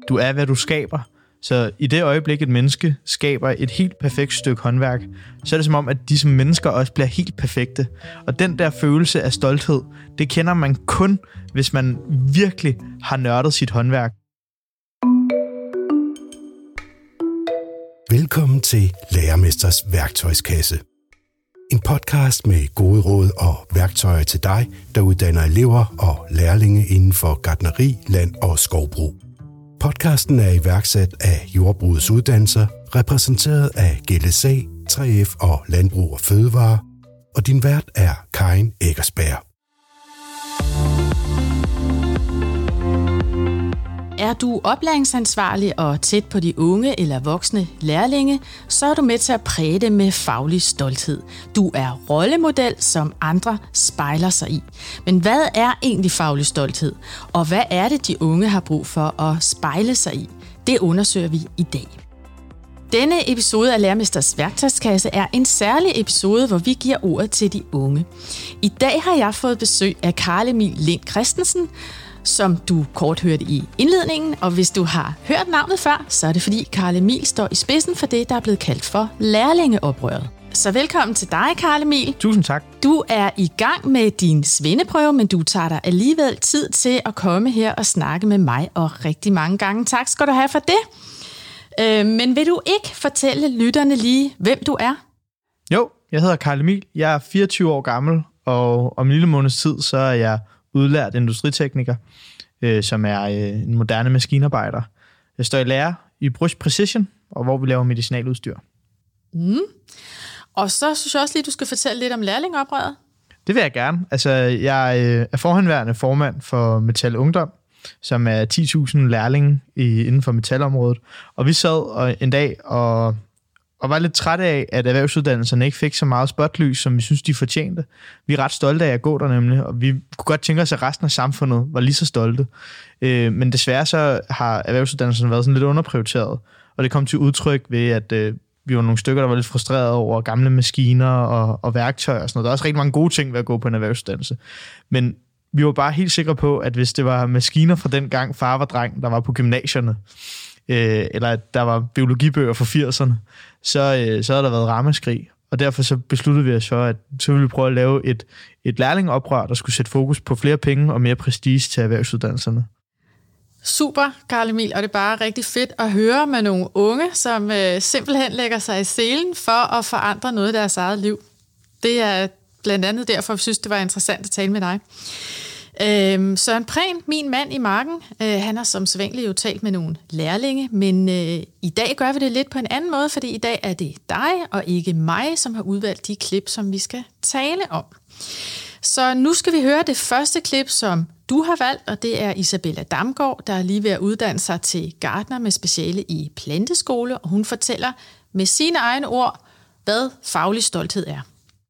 du er, hvad du skaber. Så i det øjeblik, et menneske skaber et helt perfekt stykke håndværk, så er det som om, at de som mennesker også bliver helt perfekte. Og den der følelse af stolthed, det kender man kun, hvis man virkelig har nørdet sit håndværk. Velkommen til Lærermesters værktøjskasse. En podcast med gode råd og værktøjer til dig, der uddanner elever og lærlinge inden for gartneri, land og skovbrug. Podcasten er iværksat af Jordbrugets Uddannelser, repræsenteret af GLSA, 3F og Landbrug og Fødevare, og din vært er Karin Eckersberg. Er du oplæringsansvarlig og tæt på de unge eller voksne lærlinge, så er du med til at præge dem med faglig stolthed. Du er rollemodel, som andre spejler sig i. Men hvad er egentlig faglig stolthed? Og hvad er det, de unge har brug for at spejle sig i? Det undersøger vi i dag. Denne episode af Lærermesters værktøjskasse er en særlig episode, hvor vi giver ordet til de unge. I dag har jeg fået besøg af Carl Emil Lind Christensen, som du kort hørte i indledningen, og hvis du har hørt navnet før, så er det fordi Carl Emil står i spidsen for det, der er blevet kaldt for lærlingeoprøret. Så velkommen til dig, Carl Emil. Tusind tak. Du er i gang med din svendeprøve, men du tager dig alligevel tid til at komme her og snakke med mig, og rigtig mange gange tak skal du have for det. Men vil du ikke fortælle lytterne lige, hvem du er? Jo, jeg hedder Carl Emil. Jeg er 24 år gammel, og om en lille måneds tid, så er jeg udlært industritekniker, som er en moderne maskinarbejder. Jeg står i lære i Brush Precision, og hvor vi laver medicinaludstyr. Og så synes jeg også lige, du skal fortælle lidt om lærlingeoprøret. Det vil jeg gerne. Altså, jeg er forhenværende formand for Metal Ungdom, som er 10.000 lærlinge inden for metalområdet. Og vi sad en dag og var lidt trætte af, at erhvervsuddannelserne ikke fik så meget spotlys, som vi synes, de fortjente. Vi er ret stolte af at gå der nemlig, og vi kunne godt tænke os, at resten af samfundet var lige så stolte. Men desværre så har erhvervsuddannelserne været sådan lidt underprioriteret, og det kom til udtryk ved, at vi var nogle stykker, der var lidt frustrerede over gamle maskiner og værktøjer og sådan noget. Der er også rigtig mange gode ting ved at gå på en erhvervsuddannelse. Men vi var bare helt sikre på, at hvis det var maskiner fra den gang far var dreng, der var på gymnasierne, eller at der var biologibøger fra 80'erne, så havde der været ramaskrig. Og derfor så besluttede vi os for, at så ville vi prøve at lave et lærlingeoprør, der skulle sætte fokus på flere penge og mere prestige til erhvervsuddannelserne. Super, Carl Emil, og det er bare rigtig fedt at høre med nogle unge, som simpelthen lægger sig i selen for at forandre noget i deres eget liv. Det er blandt andet derfor, jeg synes, det var interessant at tale med dig. Søren Prehn, min mand i marken, han har som sædvanligt jo talt med nogle lærlinge, men i dag gør vi det lidt på en anden måde, fordi i dag er det dig og ikke mig, som har udvalgt de klip, som vi skal tale om. Så nu skal vi høre det første klip, som du har valgt, og det er Isabella Damgaard, der er lige ved at uddanne sig til gartner med speciale i planteskole, og hun fortæller med sine egne ord, hvad faglig stolthed er.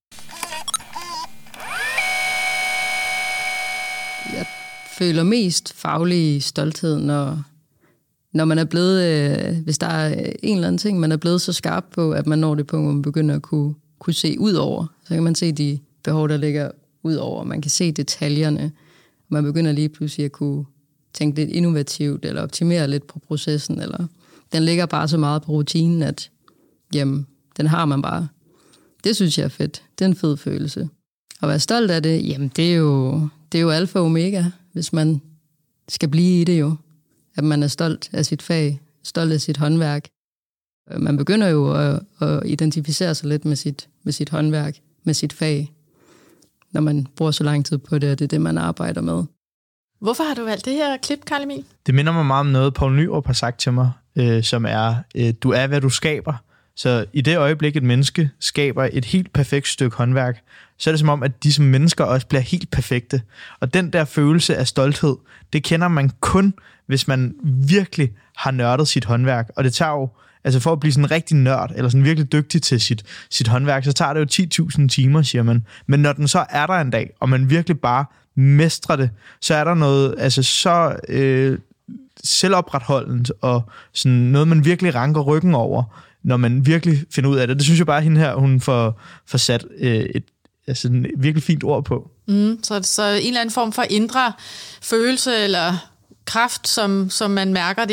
Jeg føler mest faglig stolthed, når man er blevet, hvis der er en eller anden ting, man er blevet så skarp på, at man når det punkt, hvor man begynder at kunne se ud over. Så kan man se de behov, der ligger ud over. Man kan se detaljerne. Man begynder lige pludselig at kunne tænke lidt innovativt, eller optimere lidt på processen, eller den ligger bare så meget på rutinen, at jamen, den har man bare. Det synes jeg er fedt. Det er en fed følelse. At være stolt af det, jamen det er jo alfa og omega, hvis man skal blive i det jo. At man er stolt af sit fag, stolt af sit håndværk. Man begynder jo at identificere sig lidt med sit håndværk, med sit fag, når man bruger så lang tid på det, og det er det, man arbejder med. Hvorfor har du valgt det her klip, Carl Emil? Det minder mig meget om noget, Poul Nyrup har sagt til mig, som er, du er, hvad du skaber. Så i det øjeblik, et menneske skaber et helt perfekt stykke håndværk, så er det som om, at de som mennesker også bliver helt perfekte. Og den der følelse af stolthed, det kender man kun, hvis man virkelig har nørdet sit håndværk. Og det tager jo, altså for at blive sådan en rigtig nørd, eller sådan virkelig dygtig til sit håndværk, så tager det jo 10.000 timer, siger man. Men når den så er der en dag, og man virkelig bare mestrer det, så er der noget, altså så selvopretholdent, og sådan noget, man virkelig ranker ryggen over, når man virkelig finder ud af det. Det synes jeg bare, hende her, hun får sat et virkelig fint ord på. Så en eller anden form for indre følelse eller kraft, som man mærker der.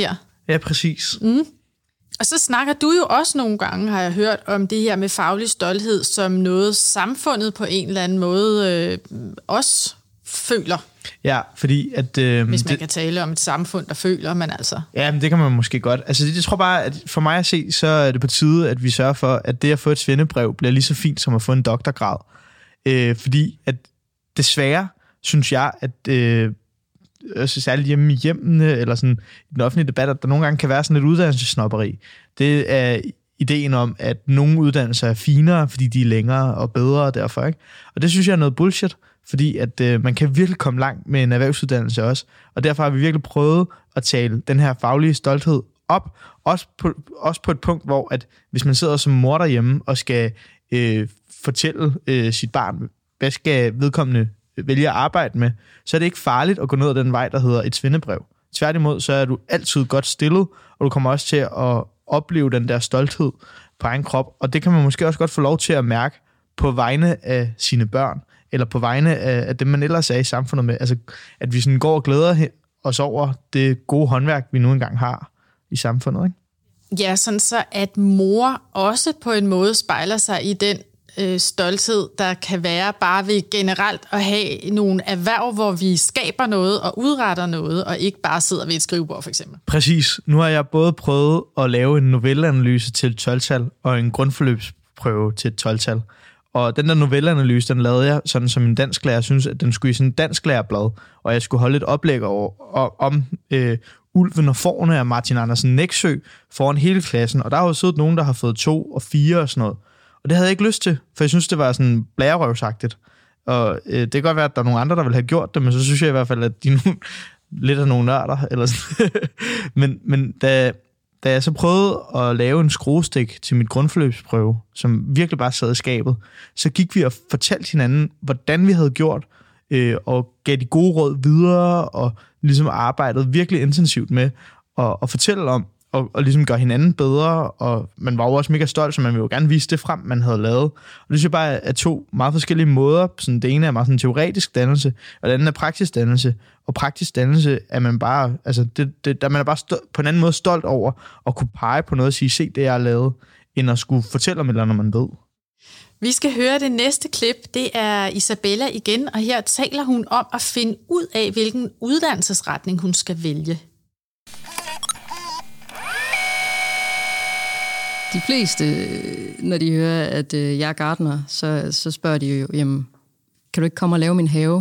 Ja, præcis. Og så snakker du jo også nogle gange, har jeg hørt, om det her med faglig stolthed som noget samfundet på en eller anden måde også føler. Ja, fordi at... Hvis man kan tale om et samfund, der føler, men altså... Ja, men det kan man måske godt. Altså, jeg tror bare, at for mig at se, så er det på tide, at vi sørger for, at det at få et svendebrev bliver lige så fint, som at få en doktorgrad. Fordi at desværre, synes jeg, at... særligt hjemme i hjemmene, eller sådan i den offentlige debat, at der nogle gange kan være sådan lidt uddannelsessnobberi. Det er ideen om, at nogle uddannelser er finere, fordi de er længere og bedre derfor, ikke? Og det synes jeg er noget bullshit, fordi at man kan virkelig komme langt med en erhvervsuddannelse også, og derfor har vi virkelig prøvet at tale den her faglige stolthed op, også på et punkt, hvor at hvis man sidder som mor derhjemme og skal fortælle sit barn, hvad skal vedkommende vælge at arbejde med, så er det ikke farligt at gå ned ad den vej, der hedder et svendebrev. Tværtimod, så er du altid godt stillet, og du kommer også til at opleve den der stolthed på egen krop, og det kan man måske også godt få lov til at mærke på vegne af sine børn, eller på vegne af dem, man ellers er i samfundet med. Altså, at vi sådan går og glæder os over det gode håndværk, vi nu engang har i samfundet, ikke? Ja, sådan så at mor også på en måde spejler sig i den stolthed, der kan være bare ved generelt at have nogle erhverv, hvor vi skaber noget og udretter noget, og ikke bare sidder ved et skrivebord, for eksempel. Præcis. Nu har jeg både prøvet at lave en novelleanalyse til et 12-tal, og en grundforløbsprøve til et 12-tal. Og den der novelleanalyse, den lavede jeg sådan som en dansklærer synes, at den skulle i sådan en dansklæreblad, og jeg skulle holde et oplæg om Ulven og Fårene af Martin Andersen Nexø foran hele klassen, og der har jo siddet nogen, der har fået 2 og 4 og sådan noget. Og det havde jeg ikke lyst til, for jeg synes, det var sådan blærerøvsagtigt. Og det kan godt være, at der er nogle andre, der ville have gjort det, men så synes jeg i hvert fald, at de er lidt af nogle nørder. Eller sådan. men da jeg så prøvede at lave en skruestik til mit grundforløbsprøve, som virkelig bare sad i skabet, så gik vi og fortalte hinanden, hvordan vi havde gjort, og gav de gode råd videre, og ligesom arbejdede virkelig intensivt med at fortælle om, og ligesom gøre hinanden bedre, og man var jo også mega stolt, så man ville jo gerne vise det frem, man havde lavet. Og det synes jeg bare er 2 meget forskellige måder. Sådan, det ene er meget sådan teoretisk dannelse, og det andet er praktisk dannelse. Og praktisk dannelse er man bare, altså der man er bare på en anden måde stolt over at kunne pege på noget og sige, se det jeg har lavet, end at skulle fortælle om et eller andet, man ved. Vi skal høre det næste klip. Det er Isabella igen, og her taler hun om at finde ud af, hvilken uddannelsesretning hun skal vælge. De fleste, når de hører, at jeg er gartner, så spørger de jo, jamen, kan du ikke komme og lave min have?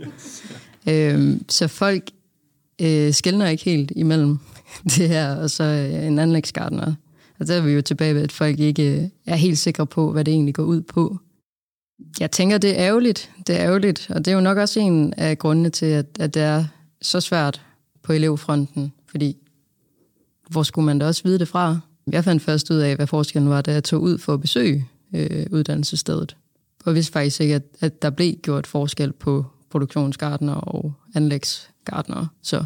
Så folk skelner ikke helt imellem det her, og så en anlægsgartner. Og der er vi jo tilbage ved, at folk ikke er helt sikre på, hvad det egentlig går ud på. Jeg tænker, det er ærgerligt. Det er ærgerligt, og det er jo nok også en af grundene til, at det er så svært på elevfronten, fordi hvor skulle man da også vide det fra? Jeg fandt først ud af, hvad forskellen var, da jeg tog ud for at besøge uddannelsesstedet. Og vidste faktisk ikke, at der blev gjort forskel på produktionsgartner og anlægsgartnere. Så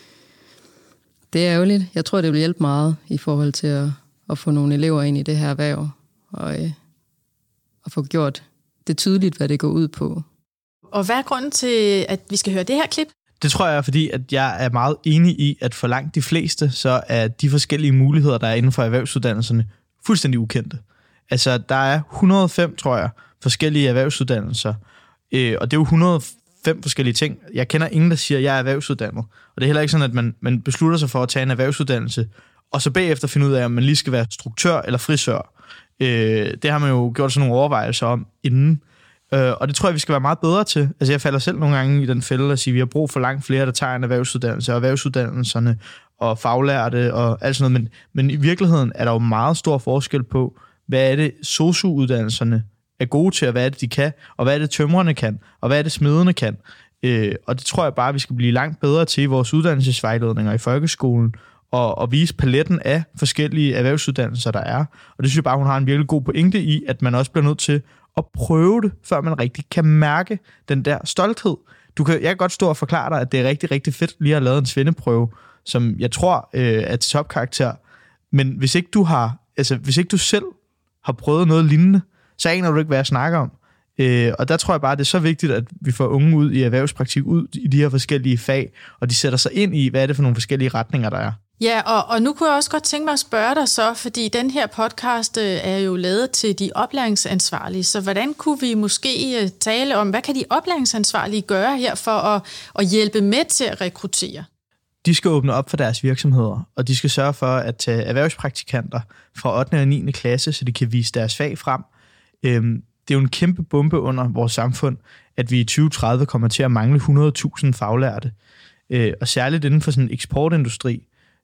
det er ærgerligt. Jeg tror, det vil hjælpe meget i forhold til at få nogle elever ind i det her erhverv, og at få gjort det tydeligt, hvad det går ud på. Og hvad er grunden til, at vi skal høre det her klip? Det tror jeg er, fordi at jeg er meget enig i, at for langt de fleste, så er de forskellige muligheder, der er inden for erhvervsuddannelserne, fuldstændig ukendte. Altså, der er 105, tror jeg, forskellige erhvervsuddannelser, og det er jo 105 forskellige ting. Jeg kender ingen, der siger, at jeg er erhvervsuddannet. Og det er heller ikke sådan, at man beslutter sig for at tage en erhvervsuddannelse, og så bagefter finde ud af, om man lige skal være struktør eller frisør. Det har man jo gjort sådan nogle overvejelser om inden. Og det tror jeg, vi skal være meget bedre til. Altså, jeg falder selv nogle gange i den fælde og siger, at vi har brug for langt flere, der tager en erhvervsuddannelse, og erhvervsuddannelserne og faglærte og alt sådan noget. Men i virkeligheden er der jo meget stor forskel på, hvad er det sosu-uddannelserne er gode til, og hvad er det, de kan, og hvad er det, tømrerne kan, og hvad er det, smedene kan. Og det tror jeg bare, vi skal blive langt bedre til i vores uddannelsesvejledninger i folkeskolen, og vise paletten af forskellige erhvervsuddannelser, der er. Og det synes jeg bare, hun har en virkelig god pointe i, at man også bliver nødt til at prøve det, før man rigtig kan mærke den der stolthed. Jeg kan godt stå og forklare dig, at det er rigtig, rigtig fedt lige at have lavet en svendeprøve, som jeg tror er til topkarakter. Men hvis ikke du selv har prøvet noget lignende, så aner du ikke, hvad jeg snakker om. Og der tror jeg bare, det er så vigtigt, at vi får unge ud i erhvervspraktik, ud i de her forskellige fag, og de sætter sig ind i, hvad er det for nogle forskellige retninger, der er. Ja, og nu kunne jeg også godt tænke mig at spørge dig så, fordi den her podcast er jo lavet til de oplæringsansvarlige, så hvordan kunne vi måske tale om, hvad kan de oplæringsansvarlige gøre her for at hjælpe med til at rekruttere? De skal åbne op for deres virksomheder, og de skal sørge for at tage erhvervspraktikanter fra 8. og 9. klasse, så de kan vise deres fag frem. Det er jo en kæmpe bombe under vores samfund, at vi i 2030 kommer til at mangle 100.000 faglærte. Og særligt inden for sådan en eksportindustri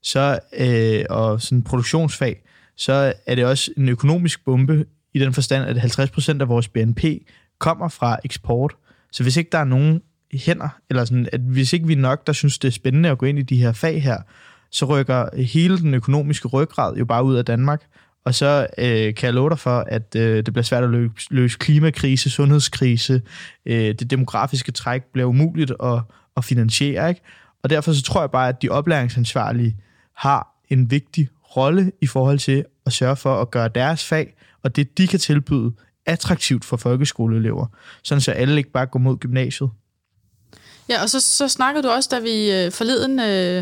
og sådan produktionsfag, så er det også en økonomisk bombe i den forstand, at 50% af vores BNP kommer fra eksport. Så hvis ikke der er nogen hænder, eller sådan, at hvis ikke vi er nok, der synes, det er spændende at gå ind i de her fag her, så rykker hele den økonomiske ryggrad jo bare ud af Danmark. Og så kan jeg love dig for, at det bliver svært at løse klimakrise, sundhedskrise, det demografiske træk bliver umuligt at finansiere, ikke? Og derfor så tror jeg bare, at de oplæringsansvarlige har en vigtig rolle i forhold til at sørge for at gøre deres fag, og det de kan tilbyde, attraktivt for folkeskoleelever, sådan så alle ikke bare går mod gymnasiet. Ja, og så snakker du også, da vi forleden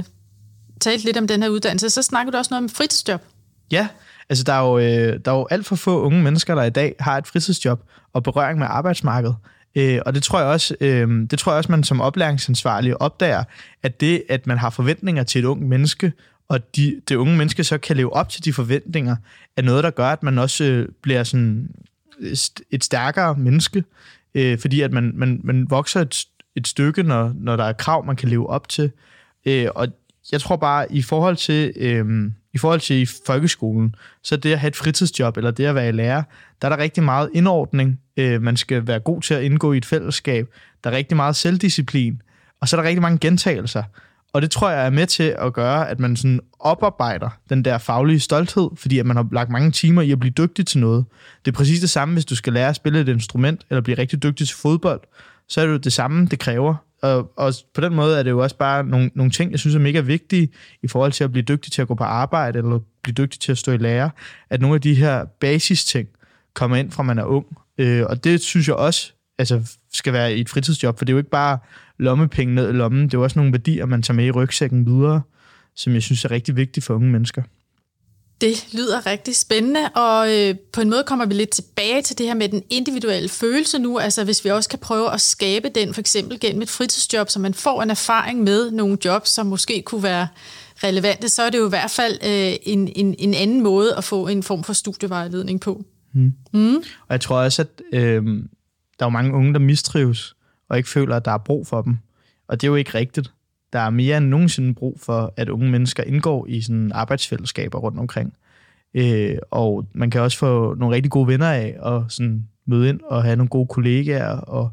talte lidt om den her uddannelse, så snakker du også noget om fritidsjob. Ja, altså der er jo alt for få unge mennesker, der i dag har et fritidsjob og berøring med arbejdsmarkedet. Og det tror jeg også, man som oplæringsansvarlig opdager, at det, at man har forventninger til et ungt menneske, og det unge menneske så kan leve op til de forventninger, er noget, der gør, at man også bliver sådan et stærkere menneske, fordi at man vokser et stykke, når der er krav, man kan leve op til. Og jeg tror bare, i forhold til i folkeskolen, så det at have et fritidsjob, eller det at være lærer, der er der rigtig meget indordning. Man skal være god til at indgå i et fællesskab. Der er rigtig meget selvdisciplin. Og så er der rigtig mange gentagelser. Og det tror jeg er med til at gøre, at man sådan oparbejder den der faglige stolthed, fordi at man har lagt mange timer i at blive dygtig til noget. Det er præcis det samme, hvis du skal lære at spille et instrument, eller blive rigtig dygtig til fodbold. Så er det jo det samme, det kræver. Og på den måde er det jo også bare nogle ting, jeg synes er mega vigtige i forhold til at blive dygtig til at gå på arbejde, eller blive dygtig til at stå i lære, at nogle af de her basisting kommer ind fra, man er ung. Og det synes jeg også skal være i et fritidsjob, for det er jo ikke bare lommepenge ned i lommen, det er jo også nogle værdier, man tager med i rygsækken videre, som jeg synes er rigtig vigtigt for unge mennesker. Det lyder rigtig spændende, og på en måde kommer vi lidt tilbage til det her med den individuelle følelse nu, altså hvis vi også kan prøve at skabe den for eksempel gennem et fritidsjob, så man får en erfaring med nogle jobs, som måske kunne være relevante, så er det jo i hvert fald en anden måde at få en form for studievejledning på. Og jeg tror også, at der er jo mange unge, der mistrives, og ikke føler, at der er brug for dem. Og det er jo ikke rigtigt. Der er mere end nogensinde brug for, at unge mennesker indgår i sådan arbejdsfællesskaber rundt omkring. Og man kan også få nogle rigtig gode venner af, og sådan møde ind og have nogle gode kollegaer. Og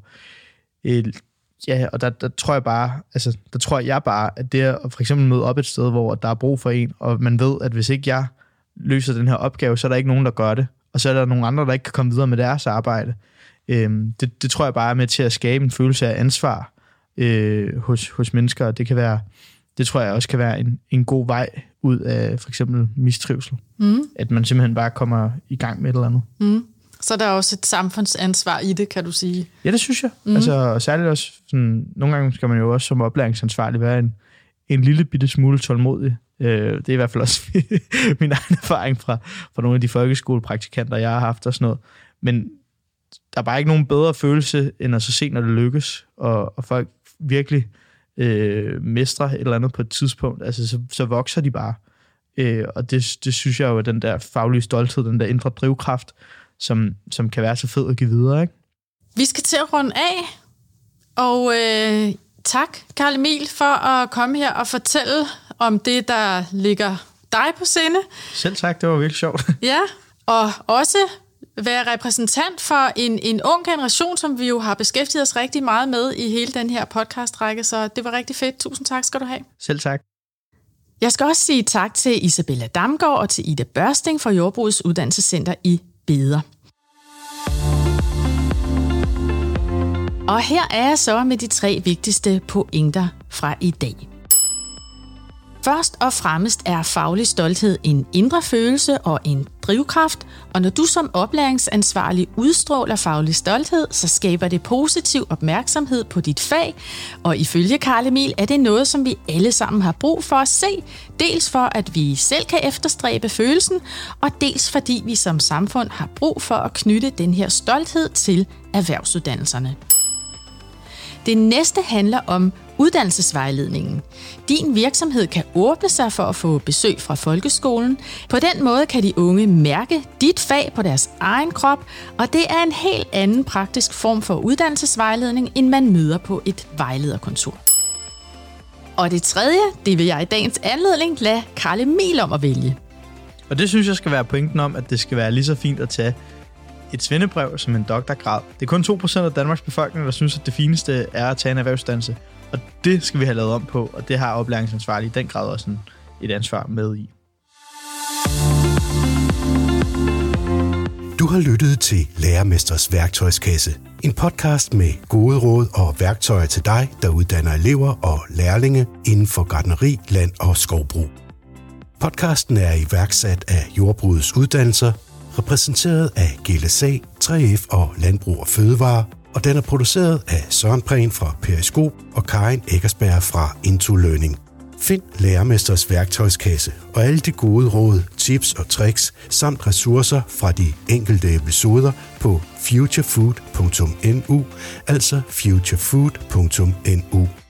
der tror jeg bare, at det at for eksempel møde op et sted, hvor der er brug for en, og man ved, at hvis ikke jeg løser den her opgave, så er der ikke nogen, der gør det. Og så er der nogle andre, der ikke kan komme videre med deres arbejde. Det tror jeg bare er med til at skabe en følelse af ansvar hos mennesker. Det tror jeg også kan være en god vej ud af for eksempel mistrivsel. At man simpelthen bare kommer i gang med et eller andet. Så der er også et samfundsansvar i det, kan du sige? Ja, det synes jeg. Altså særligt også, sådan, nogle gange skal man jo også som oplæringsansvarlig være en lille bitte smule tålmodig. Det er i hvert fald også min egen erfaring fra nogle af de folkeskolepraktikanter, jeg har haft og sådan noget. Men der er bare ikke nogen bedre følelse, end at så se, når det lykkes, og folk virkelig mestrer et eller andet på et tidspunkt. Altså, så vokser de bare. Og det synes jeg jo er den der faglige stolthed, den der indre drivkraft, som kan være så fed at give videre, ikke? Vi skal til at runde af, og tak, Carl Emil, for at komme her og fortælle om det, der ligger dig på sinde. Selv tak, det var virkelig sjovt. Ja, og også være repræsentant for en ung generation, som vi jo har beskæftiget os rigtig meget med i hele den her podcastrække, så det var rigtig fedt. Tusind tak skal du have. Selv tak. Jeg skal også sige tak til Isabella Damgaard og til Ida Børsting fra Jordbrugets Uddannelsescenter i Beder. Og her er jeg så med de 3 vigtigste pointer fra i dag. Først og fremmest er faglig stolthed en indre følelse og en drivkraft, og når du som oplæringsansvarlig udstråler faglig stolthed, så skaber det positiv opmærksomhed på dit fag, og ifølge Carl Emil er det noget, som vi alle sammen har brug for at se, dels for at vi selv kan efterstræbe følelsen, og dels fordi vi som samfund har brug for at knytte den her stolthed til erhvervsuddannelserne. Det næste handler om uddannelsesvejledningen. Din virksomhed kan åbne sig for at få besøg fra folkeskolen. På den måde kan de unge mærke dit fag på deres egen krop, og det er en helt anden praktisk form for uddannelsesvejledning, end man møder på et vejlederkontor. Og det tredje, det vil jeg i dagens anledning lade Carl Emil om at vælge. Og det synes jeg skal være pointen om, at det skal være lige så fint at tage et svendebrev som en doktorgrad. Det er kun 2% af Danmarks befolkning, der synes, at det fineste er at tage en erhvervsuddannelse. Og det skal vi have lavet om på, og det har oplæringsansvarlige i den grad også et ansvar med i. Du har lyttet til Lærermesters værktøjskasse. En podcast med gode råd og værktøjer til dig, der uddanner elever og lærlinge inden for gartneri, land og skovbrug. Podcasten er iværksat af Jordbrugets Uddannelser, repræsenteret af GLSA, 3F og Landbrug og Fødevare, og den er produceret af Søren Prehn fra Periskop og Karin Eckersberg fra Into Learning. Find Lærermesters værktøjskasse og alle de gode råd, tips og tricks samt ressourcer fra de enkelte episoder på futurefood.nu, altså futurefood.nu.